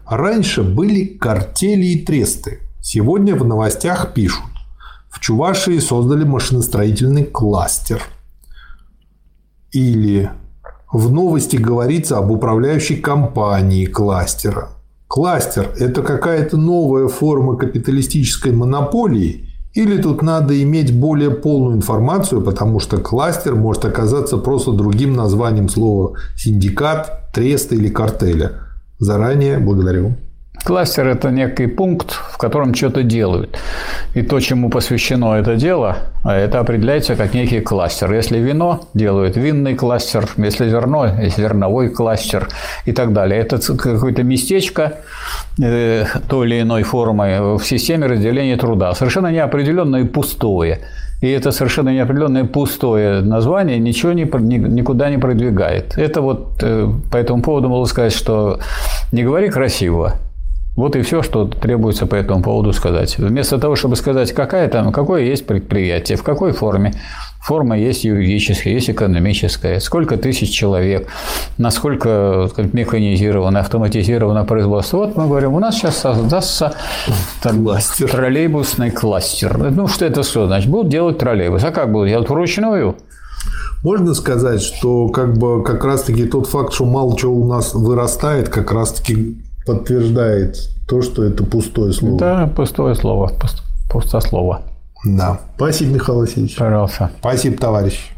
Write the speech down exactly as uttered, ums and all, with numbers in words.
Раньше были картели и тресты. Сегодня в новостях пишут: в Чувашии создали машиностроительный кластер. Или в новости говорится об управляющей компании кластера. Кластер – это какая-то новая форма капиталистической монополии? Или тут надо иметь более полную информацию, потому что кластер может оказаться просто другим названием слова синдикат, треста или картеля? Заранее благодарю. Кластер – это некий пункт, в котором что-то делают. И то, чему посвящено это дело, это определяется как некий кластер. Если вино делают – винный кластер, если зерно – зерновой кластер и так далее. Это какое-то местечко э, той или иной формы в системе разделения труда. Совершенно неопределенное и пустое. И это совершенно неопределенное пустое название ничего не, никуда не продвигает. Это вот э, по этому поводу можно сказать, что не говори красиво. Вот и все, что требуется по этому поводу сказать. Вместо того, чтобы сказать, какая там, какое есть предприятие, в какой форме. Форма есть юридическая, есть экономическая. Сколько тысяч человек, насколько механизировано, автоматизировано производство. Вот мы говорим, у нас сейчас создастся там, кластер. Троллейбусный кластер. Ну, что это что значит? Будут делать троллейбус. А как будут делать? Вручную? Можно сказать, что как бы как раз-таки тот факт, что мало чего у нас вырастает, как раз-таки подтверждает то, что это пустое слово. Да, пустое слово, пустослово. Да. Спасибо, Михаил Васильевич. Пожалуйста. Спасибо, товарищ.